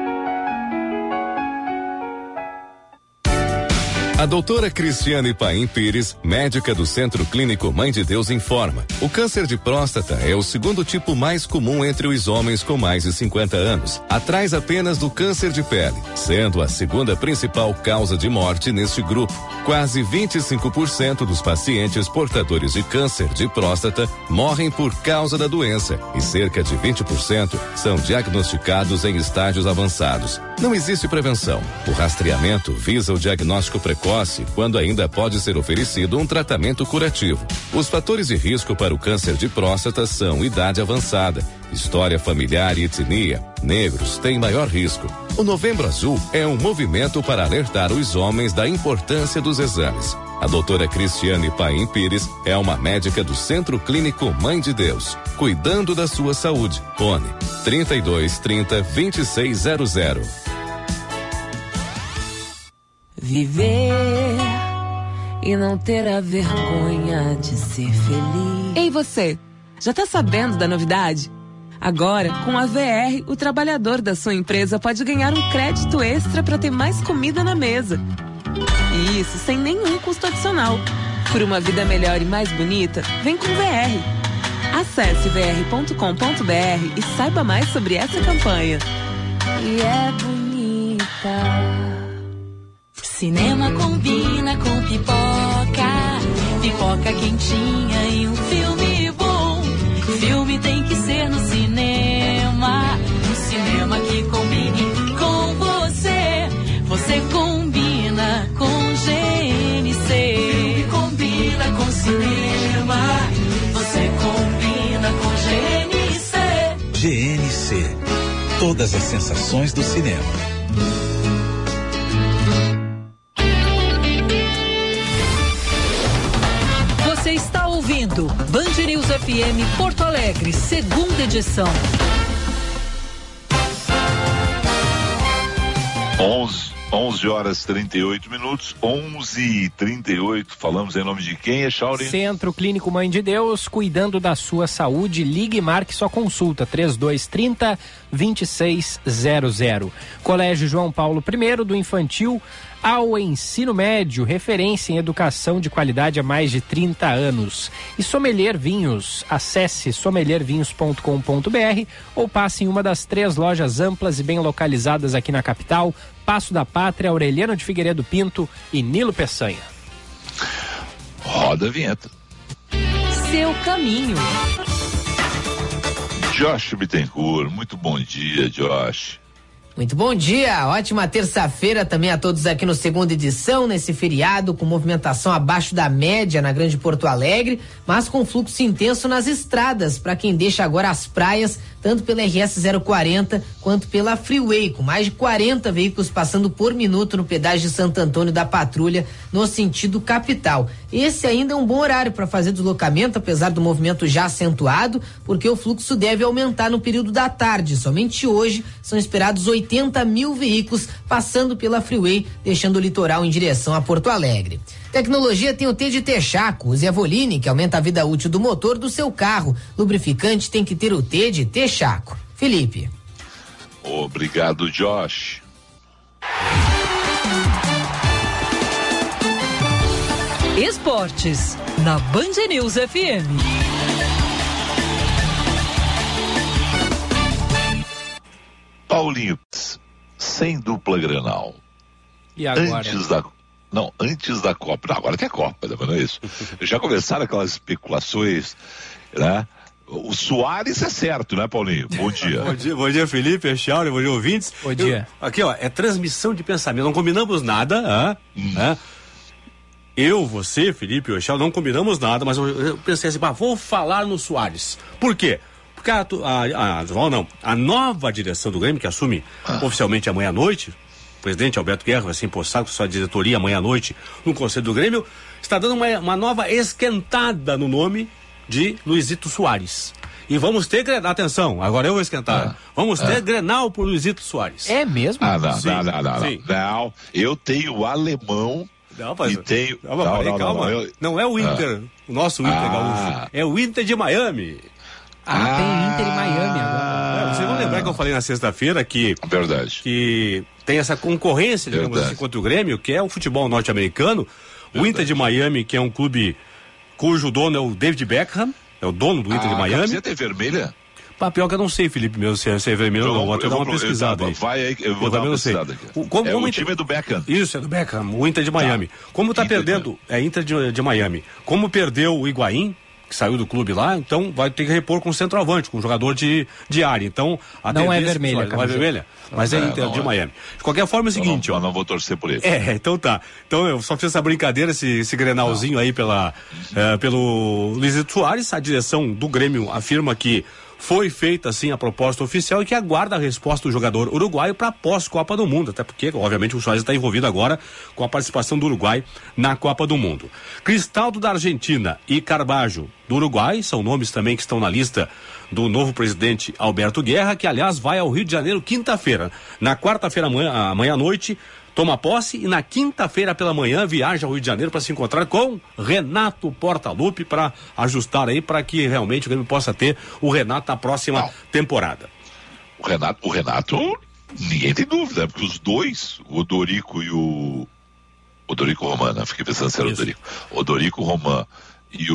A doutora Cristiane Paim Pires, médica do Centro Clínico Mãe de Deus, informa: o câncer de próstata é o segundo tipo mais comum entre os homens com mais de 50 anos, atrás apenas do câncer de pele, sendo a segunda principal causa de morte neste grupo. Quase 25% dos pacientes portadores de câncer de próstata morrem por causa da doença e cerca de 20% são diagnosticados em estágios avançados. Não existe prevenção. O rastreamento visa o diagnóstico precoce, quando ainda pode ser oferecido um tratamento curativo. Os fatores de risco para o câncer de próstata são idade avançada, história familiar e etnia. Negros têm maior risco. O Novembro Azul é um movimento para alertar os homens da importância dos exames. A doutora Cristiane Paim Pires é uma médica do Centro Clínico Mãe de Deus, cuidando da sua saúde. Fone 3230-2600. Viver e não ter a vergonha de ser feliz. Ei, você, já tá sabendo da novidade? Agora, com a VR, o trabalhador da sua empresa pode ganhar um crédito extra para ter mais comida na mesa. E isso sem nenhum custo adicional. Por uma vida melhor e mais bonita, vem com VR. Acesse vr.com.br e saiba mais sobre essa campanha. E é bonita. Cinema combina com pipoca, pipoca quentinha e um filme bom. Filme tem que ser no cinema, um cinema que combine com você. Você combina com GNC. Filme combina com cinema, você combina com GNC. GNC, todas as sensações do cinema. Você está ouvindo Band News FM Porto Alegre, segunda edição. 11 11h38, 11h38. Falamos em nome de quem, Echauri? Centro Clínico Mãe de Deus, cuidando da sua saúde. Ligue e marque sua consulta, 3230-2600. Colégio João Paulo I, do infantil ao ensino médio, referência em educação de qualidade há mais de 30 anos. E Sommelier Vinhos, acesse sommeliervinhos.com.br ou passe em uma das 3 lojas amplas e bem localizadas aqui na capital: Passo da Pátria, Aureliano de Figueiredo Pinto e Nilo Peçanha. Roda a vinheta. Seu caminho. Josh Bittencourt, muito bom dia, Josh. Muito bom dia, ótima terça-feira também a todos aqui no Segunda Edição, nesse feriado com movimentação abaixo da média na Grande Porto Alegre, mas com fluxo intenso nas estradas, para quem deixa agora as praias, tanto pela RS 040 quanto pela Freeway, com mais de 40 veículos passando por minuto no pedágio de Santo Antônio da Patrulha, no sentido capital. Esse ainda é um bom horário para fazer deslocamento, apesar do movimento já acentuado, porque o fluxo deve aumentar no período da tarde. Somente hoje são esperados 80 mil veículos passando pela Freeway, deixando o litoral em direção a Porto Alegre. Tecnologia tem o T de Texaco. Use a Voline, que aumenta a vida útil do motor do seu carro. Lubrificante tem que ter o T de Texaco. Felipe. Obrigado, Josh. Esportes, na Band News FM. Paulinho, sem dupla Grenal. E agora? Antes da Copa. Não, agora tem a Copa, não é isso? Já começaram aquelas especulações, né? O Soares é certo, né, Paulinho? Bom dia. Bom dia, Felipe, Echauri, bom dia, ouvintes. Bom dia. Aqui, ó, é transmissão de pensamento, não combinamos nada, Eu, você, Felipe, Echauri, não combinamos nada, mas eu pensei assim, vou falar no Soares. Por quê? Porque a nova direção do Grêmio, que assume oficialmente amanhã à noite, o presidente Alberto Guerra vai ser empossado com sua diretoria amanhã à noite no Conselho do Grêmio, está dando uma nova esquentada no nome de Luizito Soares. E vamos ter Grenal, atenção, agora eu vou esquentar. Vamos ter Grenal por Luizito Soares. É mesmo? Não, eu tenho o alemão. Não, mas... E tenho... Calma. Não é o Inter, o nosso Inter gaúcho, é o Inter de Miami. Tem Inter em Miami agora. Vocês vão lembrar que eu falei na sexta-feira que... Verdade. Que tem essa concorrência, digamos assim, contra o Grêmio, que é o futebol norte-americano. O Inter de Miami, que é um clube cujo dono é o David Beckham, é o dono do Inter de Miami. A camiseta é vermelha? Pior que eu não sei, Felipe, mesmo, se é vermelho ou não. Vou até dar uma pesquisada aí. Vai aí, eu vou dar uma pesquisada aqui. O time é do Beckham. Isso, é do Beckham, o Inter de Miami. Como tá perdendo, Inter de Miami. Como perdeu o Higuaín, que saiu do clube lá, então vai ter que repor com o centroavante, com um jogador de área. Então, não é vermelha, não é vermelha, mas é Inter de Miami. De qualquer forma é o seguinte, ó. Eu não vou torcer por ele. Então tá. Então eu só fiz essa brincadeira, esse Grenalzinho aí pelo Luizito Soares. A direção do Grêmio afirma que foi feita assim a proposta oficial e que aguarda a resposta do jogador uruguaio para pós-Copa do Mundo, até porque obviamente o Soares está envolvido agora com a participação do Uruguai na Copa do Mundo. Cristaldo da Argentina e Carbajo do Uruguai são nomes também que estão na lista do novo presidente Alberto Guerra, que aliás vai ao Rio de Janeiro quinta-feira. Na quarta-feira amanhã à noite toma posse e na quinta-feira pela manhã viaja ao Rio de Janeiro para se encontrar com Renato Portaluppi para ajustar aí para que realmente o Grêmio possa ter o Renato na próxima temporada. O Renato, ninguém tem dúvida, porque os dois, o Odorico e o Odorico Roman, fiquei pensando se era o Odorico. Odorico Roman e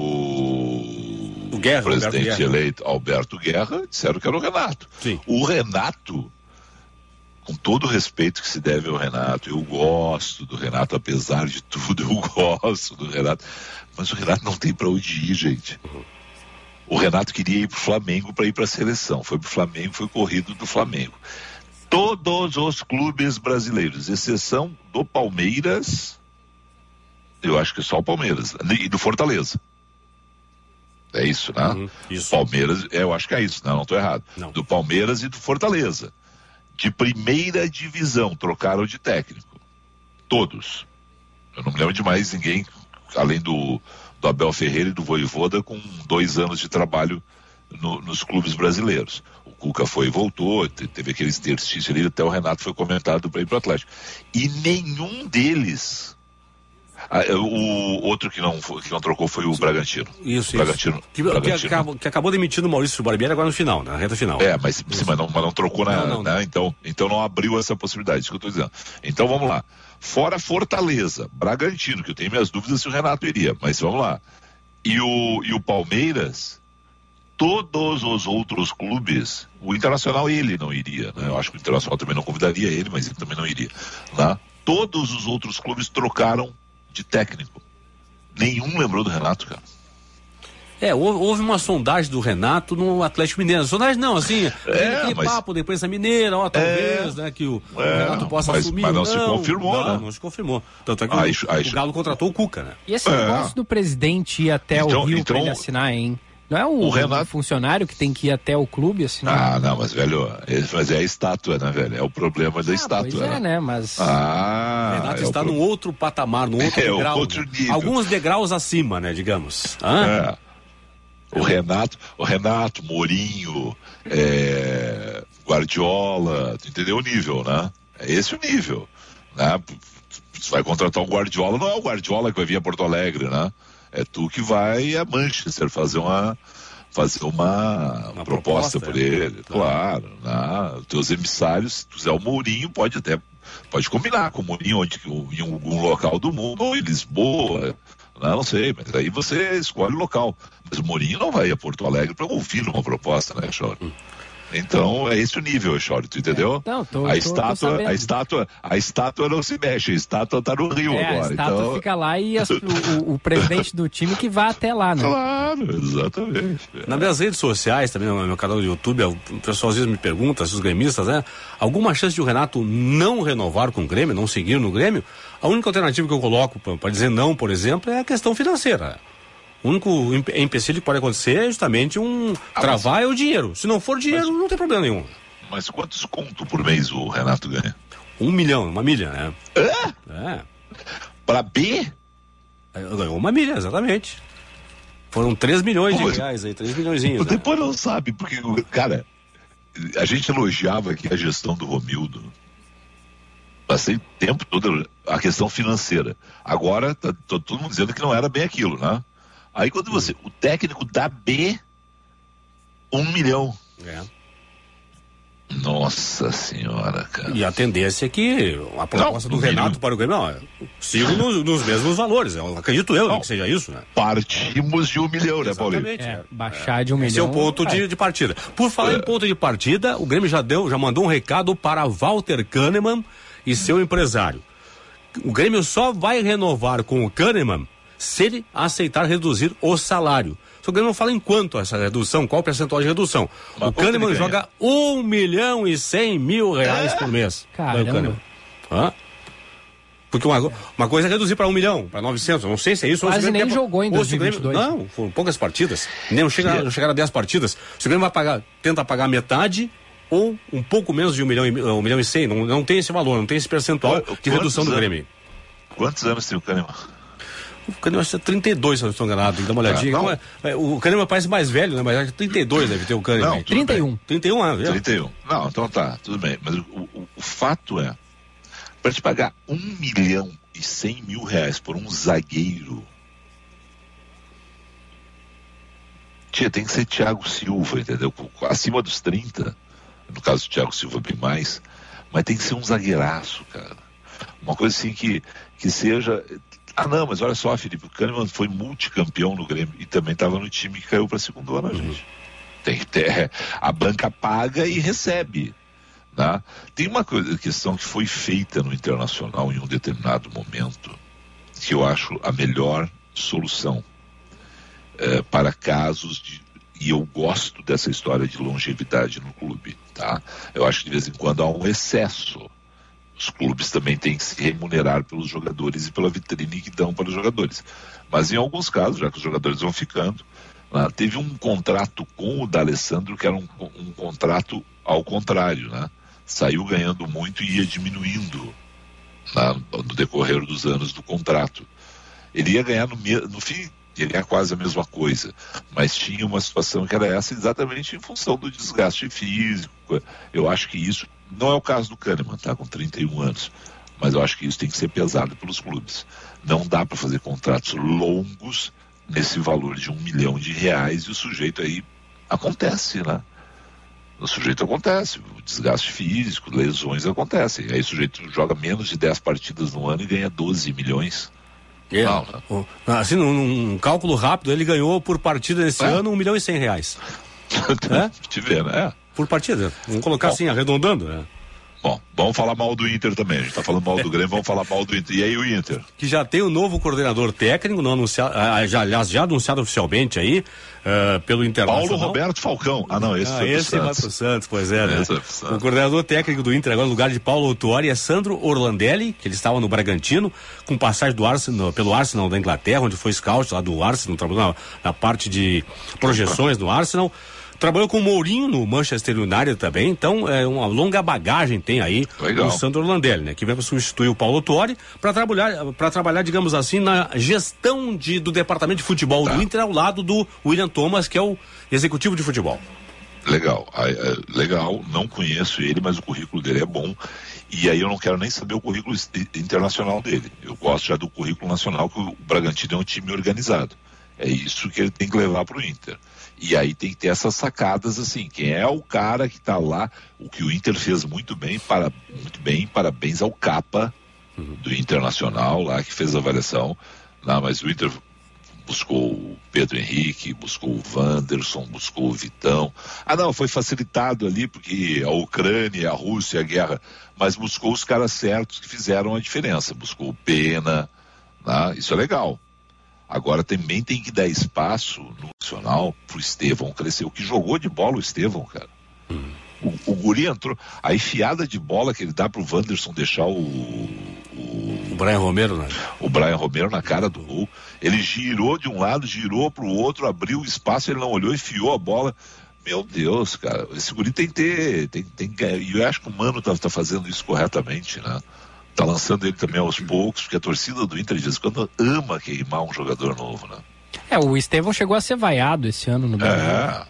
o Guerra, presidente eleito Alberto Guerra disseram que era o Renato. Sim. O Renato, com todo o respeito que se deve ao Renato, eu gosto do Renato, apesar de tudo, eu gosto do Renato, mas o Renato não tem pra onde ir, gente. O Renato queria ir pro Flamengo para ir pra seleção, foi pro Flamengo, foi corrido do Flamengo. Todos os clubes brasileiros, exceção do Palmeiras, eu acho que só o Palmeiras, e do Fortaleza. É isso, né? Isso. Palmeiras, eu acho que é isso, não tô errado. Não. Do Palmeiras e do Fortaleza. De primeira divisão, trocaram de técnico. Todos. Eu não me lembro de mais ninguém, além do Abel Ferreira e do Vojvoda, com 2 anos de trabalho nos clubes brasileiros. O Cuca foi e voltou, teve aquele exercício ali, até o Renato foi comentado para ir para o Atlético. E nenhum deles... o outro que não trocou foi o Bragantino. Isso. Bragantino. Que acabou demitindo o Maurício Barbieri agora no final, na reta final. Mas não trocou nada, né? Então não abriu essa possibilidade, isso que eu estou dizendo. Então vamos lá. Fora Fortaleza, Bragantino, que eu tenho minhas dúvidas se o Renato iria, mas vamos lá. E o Palmeiras, todos os outros clubes, o Internacional ele não iria, né? Eu acho que o Internacional também não convidaria ele, mas ele também não iria, né? Todos os outros clubes trocaram de técnico. Nenhum lembrou do Renato, cara. Houve uma sondagem do Renato no Atlético Mineiro. Sondagem não, assim, aquele papo da imprensa mineira, talvez, né, que o Renato possa assumir. Mas não se confirmou, né? Não se confirmou. Tanto é que o Galo contratou o Cuca, né? E esse negócio do presidente ir até o Rio pra ele assinar, hein? Não é o Renato... funcionário que tem que ir até o clube assinar? Não, mas velho, mas é a estátua, né, velho? É o problema da estátua, pois né? Mas... o Renato está num outro patamar, num outro degrau. Outro nível. Alguns degraus acima, né, digamos. O Renato, Mourinho, Guardiola, tu entendeu o nível, né? É esse o nível, né? Você vai contratar um Guardiola, não é o Guardiola que vai vir a Porto Alegre, né? É tu que vai a Manchester fazer uma proposta por ele, claro, né? Os teus emissários, se tu quiser o Mourinho, pode combinar com o Mourinho em algum local do mundo, ou em Lisboa, não sei, mas aí você escolhe o local. Mas o Mourinho não vai a Porto Alegre para ouvir uma proposta, né, Choro? Então é esse o nível, Choro, tu entendeu? A estátua não se mexe, a estátua tá no Rio agora. A estátua fica lá e o presidente do time que vai até lá, né? Claro, exatamente. Nas minhas redes sociais, também no meu canal do YouTube, o pessoal às vezes me pergunta, os gremistas, né? Alguma chance de o Renato não renovar com o Grêmio, não seguir no Grêmio? A única alternativa que eu coloco para dizer não, por exemplo, é a questão financeira. O único empecilho que pode acontecer é justamente travar é o dinheiro. Se não for dinheiro, não tem problema nenhum. Mas quantos conto por mês o Renato ganha? 1 milhão, 1 milha, né? Pra B? Ganhou 1 milha, exatamente. Foram 3 milhões de reais aí, 3 milhõezinhos. Depois não sabe, porque, cara, a gente elogiava aqui a gestão do Romildo. Passei tempo todo a questão financeira. Agora, tá todo mundo dizendo que não era bem aquilo, né? Aí quando o técnico da B, 1 milhão. Nossa senhora, cara. E a tendência é que a proposta do Renato para o Grêmio, sigo nos mesmos valores. Acredito eu que seja isso, né? Partimos de 1 milhão, né, Paulinho? Baixar de 1 milhão. Esse é o ponto de partida. Por falar em ponto de partida, o Grêmio já mandou um recado para Walter Kahneman e seu empresário. O Grêmio só vai renovar com o Kahneman se ele aceitar reduzir o salário. O Grêmio não fala em quanto essa redução, qual o percentual de redução. O Kahneman joga 1.100.000 reais por mês. Caramba. Porque uma coisa é reduzir para 1 milhão, para 900, não sei se é isso. Quase nem jogou em 2022. Não, foram poucas partidas, nem chegaram a 10 partidas. Se o Grêmio vai tenta pagar metade ou um pouco menos de 1 milhão e 100, não tem esse valor, não tem esse percentual de redução do Grêmio. Quantos anos tem o Kahneman? O Kahneman acho que é 32, se eu não estou enganado, tem que dar uma olhadinha. O Kahneman parece mais velho, né? Mas acho que 32 deve ter o Kahneman. Não, 31. 31 anos, 31. Não, então tá, tudo bem. Mas o fato é, para te pagar 1.100.000 reais por um zagueiro, tem que ser Thiago Silva, entendeu? Acima dos 30, no caso do Thiago Silva bem mais, mas tem que ser um zagueiraço, cara. Uma coisa assim que seja... não, mas olha só, Felipe, o Kahneman foi multicampeão no Grêmio e também estava no time que caiu para a segunda ano, gente. Tem que ter, a banca paga e recebe, né? Tem uma questão que foi feita no Internacional em um determinado momento, que eu acho a melhor solução para casos e eu gosto dessa história de longevidade no clube, tá? Eu acho que de vez em quando há um excesso. Os clubes também têm que se remunerar pelos jogadores e pela vitrine que dão para os jogadores. Mas em alguns casos, já que os jogadores vão ficando, teve um contrato com o D'Alessandro que era um contrato ao contrário, né? Saiu ganhando muito e ia diminuindo no decorrer dos anos do contrato. Ele ia ganhar no fim, Ele é quase a mesma coisa, mas tinha uma situação que era essa exatamente em função do desgaste físico. Eu acho que isso não é o caso do Kahneman, tá com 31 anos, mas eu acho que isso tem que ser pesado pelos clubes. Não dá para fazer contratos longos nesse valor de R$1 milhão e o sujeito aí acontece, né? O sujeito acontece, o desgaste físico, lesões acontecem. Aí o sujeito joga menos de 10 partidas no ano e ganha 12 milhões. Não, né? Assim, num cálculo rápido, ele ganhou por partida nesse ano R$1 milhão e 100. Te vendo, Por partida. Vamos colocar assim, arredondando, né? Bom, vamos falar mal do Inter também. A gente tá falando mal do Grêmio, vamos falar mal do Inter. E aí o Inter? Que já tem o novo coordenador técnico, não anunciado, já anunciado oficialmente aí, pelo Internacional. Paulo Roberto Falcão. Não, esse foi esse vai pro Santos, pois é, né? O coordenador técnico do Inter agora no lugar de Paulo Autuori é Sandro Orlandelli, que ele estava no Bragantino, com passagem do Arsenal, pelo Arsenal da Inglaterra, onde foi scout lá do Arsenal, trabalhou na parte de projeções no Arsenal. Trabalhou com o Mourinho no Manchester United também, então é uma longa bagagem tem aí o Sandro Orlandelli, né? Que vem para substituir o Paulo Autuori para trabalhar, digamos assim, na gestão do departamento de futebol do Inter ao lado do William Thomas, que é o executivo de futebol. Legal, não conheço ele, mas o currículo dele é bom. E aí eu não quero nem saber o currículo internacional dele. Eu gosto já do currículo nacional, que o Bragantino é um time organizado. É isso que ele tem que levar para o Inter. E aí tem que ter essas sacadas assim, quem é o cara que está lá, o que o Inter fez muito bem, parabéns ao Capa do Internacional lá, que fez a avaliação. Mas o Inter buscou o Pedro Henrique, buscou o Wanderson, buscou o Vitão. Foi facilitado ali porque a Ucrânia, a Rússia, a guerra, mas buscou os caras certos que fizeram a diferença, buscou o Pena, isso é legal. Agora também tem que dar espaço no Nacional pro Estevão crescer. O que jogou de bola o Estevão, cara. O guri entrou. A enfiada de bola que ele dá pro Wanderson deixar o Brian Romero, né? O Brian Romero na cara do gol. Ele girou de um lado, girou pro outro, abriu o espaço, ele não olhou, enfiou a bola. Meu Deus, cara. Esse guri tem que ter. E eu acho que o Mano tá fazendo isso corretamente, né? Tá lançando ele também aos poucos, porque a torcida do Inter de vez em quando ama queimar um jogador novo, né? O Estevão chegou a ser vaiado esse ano no Brasil.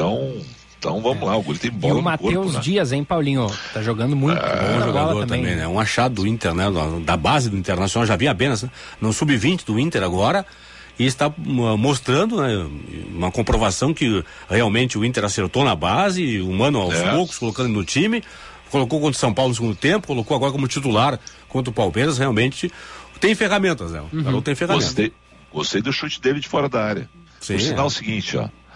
Então vamos lá, o guri tem bola no corpo. E o Matheus Dias, hein, Paulinho? Tá jogando muito. Bom jogador também, né? Um achado do Inter, né? Da base do Internacional, já vinha apenas, né? No sub-20 do Inter agora, e está mostrando, né, uma comprovação que realmente o Inter acertou na base, o Mano aos poucos, colocando no time. Colocou contra o São Paulo no segundo tempo, colocou agora como titular contra o Palmeiras, realmente tem ferramentas, né? O garoto tem ferramentas. Gostei do chute dele de fora da área. Sim, o sinal é o seguinte,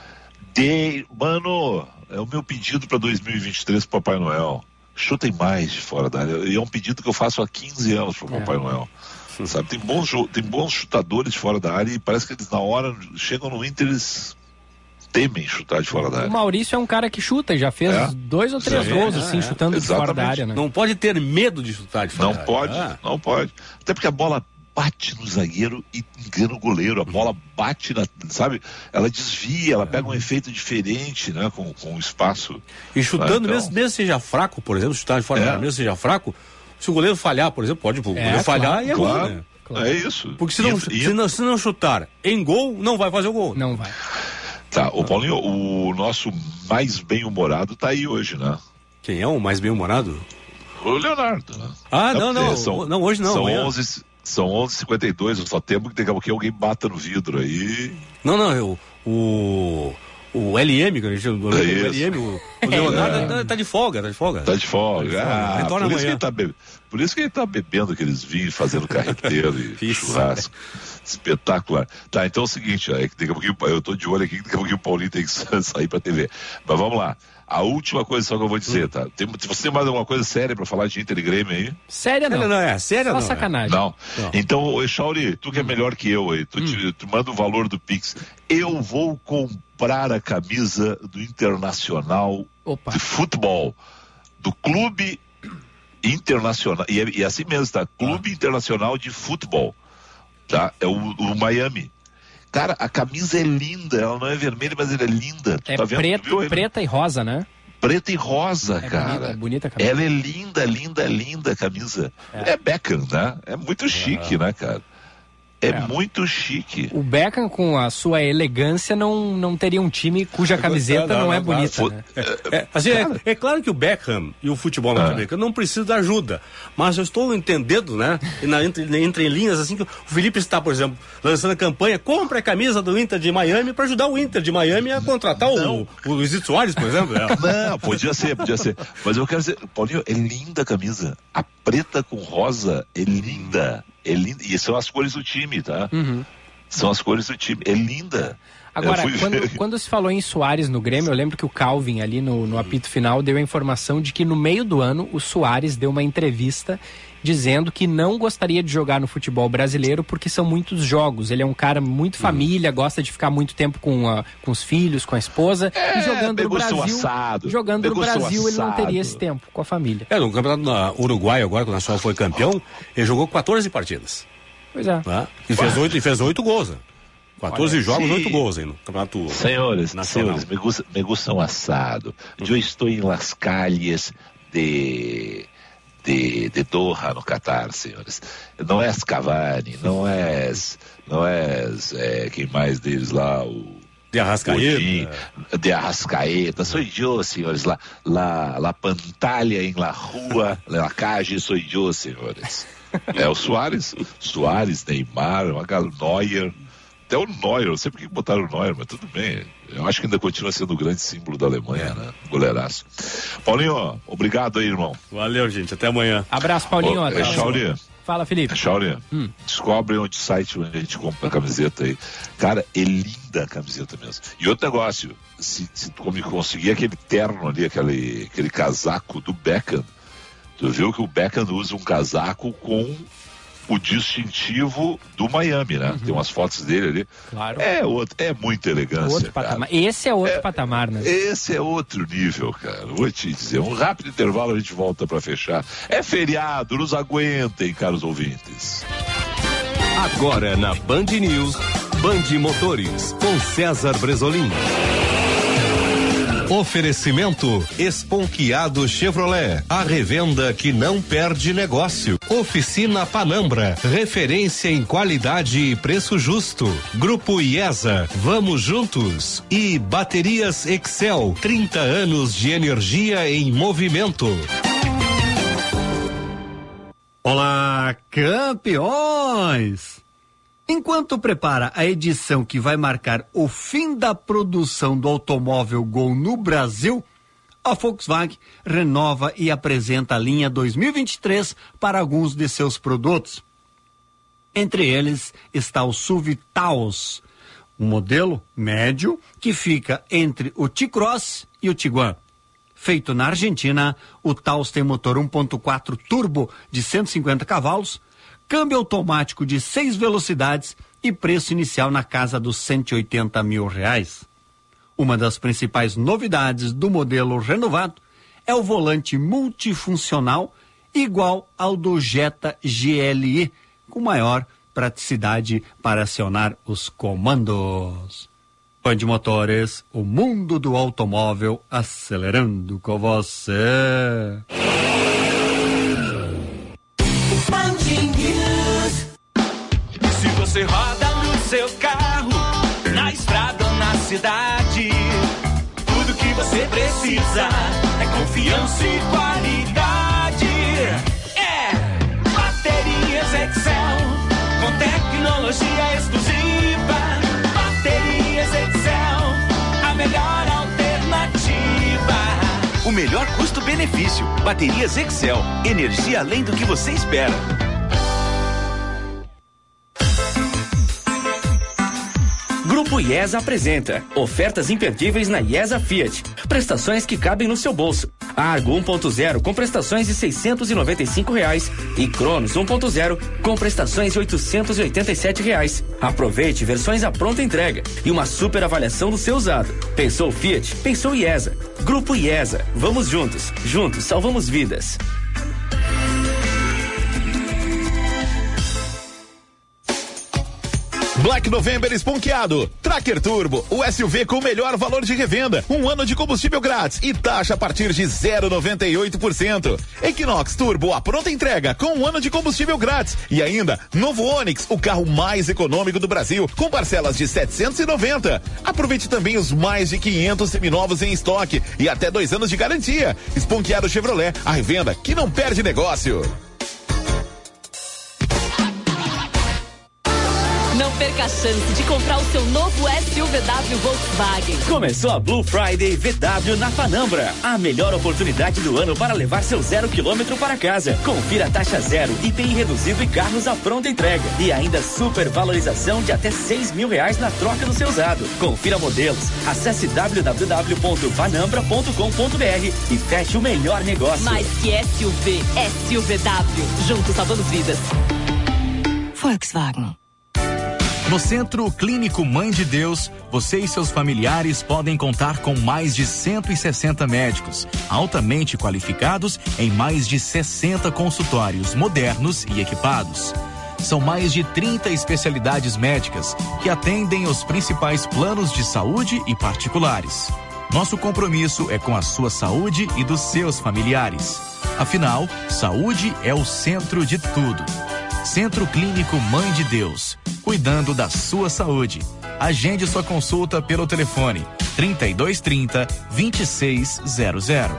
Mano, é o meu pedido para 2023 pro Papai Noel. Chutem mais de fora da área. E é um pedido que eu faço há 15 anos pro Papai Noel. Sabe, tem bons chutadores de fora da área e parece que eles na hora chegam no Inter, eles temem chutar de fora da área. O Maurício é um cara que chuta, já fez 2 ou 3 gols chutando de fora da área, né? Não pode ter medo de chutar de fora da área. Não pode. Até porque a bola bate no zagueiro e engana o goleiro. A bola bate sabe? Ela desvia, ela pega um efeito diferente, né? Com o espaço. E chutando, mesmo seja fraco, por exemplo, chutar de fora da área, mesmo seja fraco, se o goleiro falhar, por exemplo, pode o goleiro falhar e é gol, né? Claro. É isso. Porque se não chutar em gol, não vai fazer o gol. Não vai. O Paulinho, o nosso mais bem-humorado tá aí hoje, né? Quem é o mais bem-humorado? O Leonardo, né? Não, hoje não. São 11h52, eu só temo que daqui a pouquinho alguém bata no vidro aí. O LM, que a gente chama, o Leonardo tá de folga. Tá de folga. Retorna amanhã. Por isso que ele tá bebendo aqueles vinhos, fazendo carreteiro e churrasco. Espetacular. Então é o seguinte, que daqui a pouquinho eu tô de olho aqui, daqui a pouquinho o Paulinho tem que sair pra TV. Mas vamos lá. A última coisa só que eu vou dizer, tá? Se você tem mais alguma coisa séria pra falar de Inter e Grêmio aí? Séria não. Séria só não. Sacanagem. Não. Então, Chauri, tu que é melhor que eu aí, tu manda o valor do Pix. Eu vou comprar a camisa do Internacional de futebol, do Clube Internacional, e é assim mesmo, tá? Clube Internacional de Futebol, tá? É o Miami. Cara, a camisa é linda, ela não é vermelha, mas ela é linda. Tu tá vendo? Preta e rosa, né? Preta e rosa, cara. É bonita a camisa. Ela é linda a camisa. É Beckham, né? É muito chique, né, cara? É muito chique. O Beckham, com a sua elegância, não teria um time cuja camiseta não é bonita. Né? É claro que o Beckham e o futebol norte-americano não precisam de ajuda, mas eu estou entendendo, né? Entre linhas, assim, que o Felipe está, por exemplo, lançando a campanha, compra a camisa do Inter de Miami para ajudar o Inter de Miami a contratar o Luizito Soares, por exemplo. Não, podia ser. Mas eu quero dizer, Paulinho, é linda a camisa. A preta com rosa é linda. É linda. E são as cores do time, tá? São as cores do time. É linda. Agora, quando se falou em Soares no Grêmio, eu lembro que o Calvin, ali no apito final, deu a informação de que no meio do ano o Soares deu uma entrevista dizendo que não gostaria de jogar no futebol brasileiro porque são muitos jogos. Ele é um cara muito família, gosta de ficar muito tempo com os filhos, com a esposa. E jogando no Brasil, ele não teria esse tempo com a família. No campeonato uruguaio agora, quando o Nacional foi campeão, ele jogou 14 partidas. Pois é. Tá? E fez 8 gols. 14 jogos, 8 gols aí no campeonato nacional. Senhores, me gusta um assado. Eu estou em las calles de Doha, no Catar, senhores. Não é Cavani, não é quem mais deles lá, de Arrascaeta, sou eu, senhores, la pantalla em la rua, la calle, sou eu, senhores. É o Soares, Neymar, Neuer, até o Neuer, não sei por que botaram o Neuer, mas tudo bem. Eu acho que ainda continua sendo o grande símbolo da Alemanha, né? Goleiraço. Paulinho, obrigado aí, irmão. Valeu, gente. Até amanhã. Abraço, Paulinho. Chauri. Fala, Felipe. Chauri, descobre onde o site onde a gente compra a camiseta aí. Cara, é linda a camiseta mesmo. E outro negócio, se tu conseguir aquele terno ali, aquele casaco do Beckham, tu viu que o Beckham usa um casaco com o distintivo do Miami, né? Tem umas fotos dele ali. Claro. É muita elegância, outro patamar. Esse é outro patamar, né? Esse é outro nível, cara. Vou te dizer. Um rápido intervalo, a gente volta pra fechar. É feriado, nos aguentem, caros ouvintes. Agora na Band News, Band Motores, com César Bresolim. Oferecimento Esponquiado Chevrolet, a revenda que não perde negócio. Oficina Panambra, referência em qualidade e preço justo. Grupo IESA, vamos juntos. E Baterias Excel, 30 anos de energia em movimento. Olá, campeões! Enquanto prepara a edição que vai marcar o fim da produção do automóvel Gol no Brasil, a Volkswagen renova e apresenta a linha 2023 para alguns de seus produtos. Entre eles está o SUV Taos, um modelo médio que fica entre o T-Cross e o Tiguan. Feito na Argentina, o Taos tem motor 1.4 turbo de 150 cavalos, câmbio automático de 6 velocidades e preço inicial na casa dos R$180 mil. Uma das principais novidades do modelo renovado é o volante multifuncional igual ao do Jetta GLE, com maior praticidade para acionar os comandos. Band Motores, o mundo do automóvel acelerando com você. Se você roda no seu carro, na estrada ou na cidade, tudo que você precisa é confiança e qualidade. É Baterias Excel, com tecnologia exclusiva. Baterias Excel, a melhor alternativa. O melhor custo-benefício. Baterias Excel, energia além do que você espera. Grupo IESA apresenta ofertas imperdíveis na IESA Fiat. Prestações que cabem no seu bolso. Argo 1.0 com prestações de R$695 e Cronos 1.0 com prestações de R$887. Aproveite versões à pronta entrega e uma super avaliação do seu usado. Pensou Fiat? Pensou IESA. Grupo IESA. Vamos juntos. Juntos salvamos vidas. Black November esponqueado. Tracker Turbo, o SUV com o melhor valor de revenda. 1 ano de combustível grátis e taxa a partir de 0,98%. Equinox Turbo, a pronta entrega com 1 ano de combustível grátis. E ainda, novo Onix, o carro mais econômico do Brasil, com parcelas de 790. Aproveite também os mais de 500 seminovos em estoque e até 2 anos de garantia. Esponqueado Chevrolet, a revenda que não perde negócio. Não perca a chance de comprar o seu novo SUVW Volkswagen. Começou a Blue Friday VW na Panambra. A melhor oportunidade do ano para levar seu 0 km para casa. Confira a taxa zero, IPI reduzido e carros à pronta entrega. E ainda super valorização de até R$6.000 na troca do seu usado. Confira modelos. Acesse www.panambra.com.br e feche o melhor negócio. Mais que SUV, SUVW. Juntos salvamos vidas. Volkswagen. No Centro Clínico Mãe de Deus, você e seus familiares podem contar com mais de 160 médicos, altamente qualificados em mais de 60 consultórios modernos e equipados. São mais de 30 especialidades médicas que atendem os principais planos de saúde e particulares. Nosso compromisso é com a sua saúde e dos seus familiares. Afinal, saúde é o centro de tudo. Centro Clínico Mãe de Deus, cuidando da sua saúde. Agende sua consulta pelo telefone 3230-2600.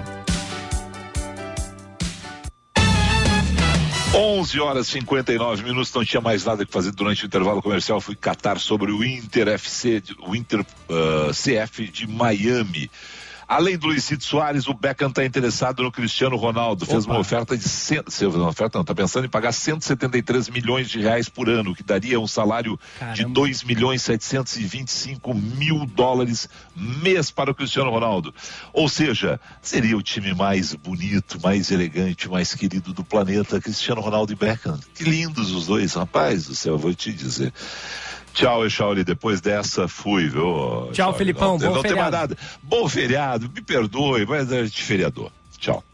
11h59, não tinha mais nada que fazer durante o intervalo comercial. Fui catar sobre o Inter FC, o Inter CF de Miami. Além do Luizito Soares, o Beckham está interessado no Cristiano Ronaldo. Fez uma oferta de está pensando em pagar 173 milhões de reais por ano, que daria um salário de 2.725.000 dólares mês para o Cristiano Ronaldo. Ou seja, seria o time mais bonito, mais elegante, mais querido do planeta, Cristiano Ronaldo e Beckham. Que lindos os dois, rapaz do céu, eu vou te dizer. Tchau, Echauri, depois dessa fui, viu? Tchau, Felipão, bom feriado. Não tem mais nada. Bom feriado, me perdoe, mas é de feriador. Tchau.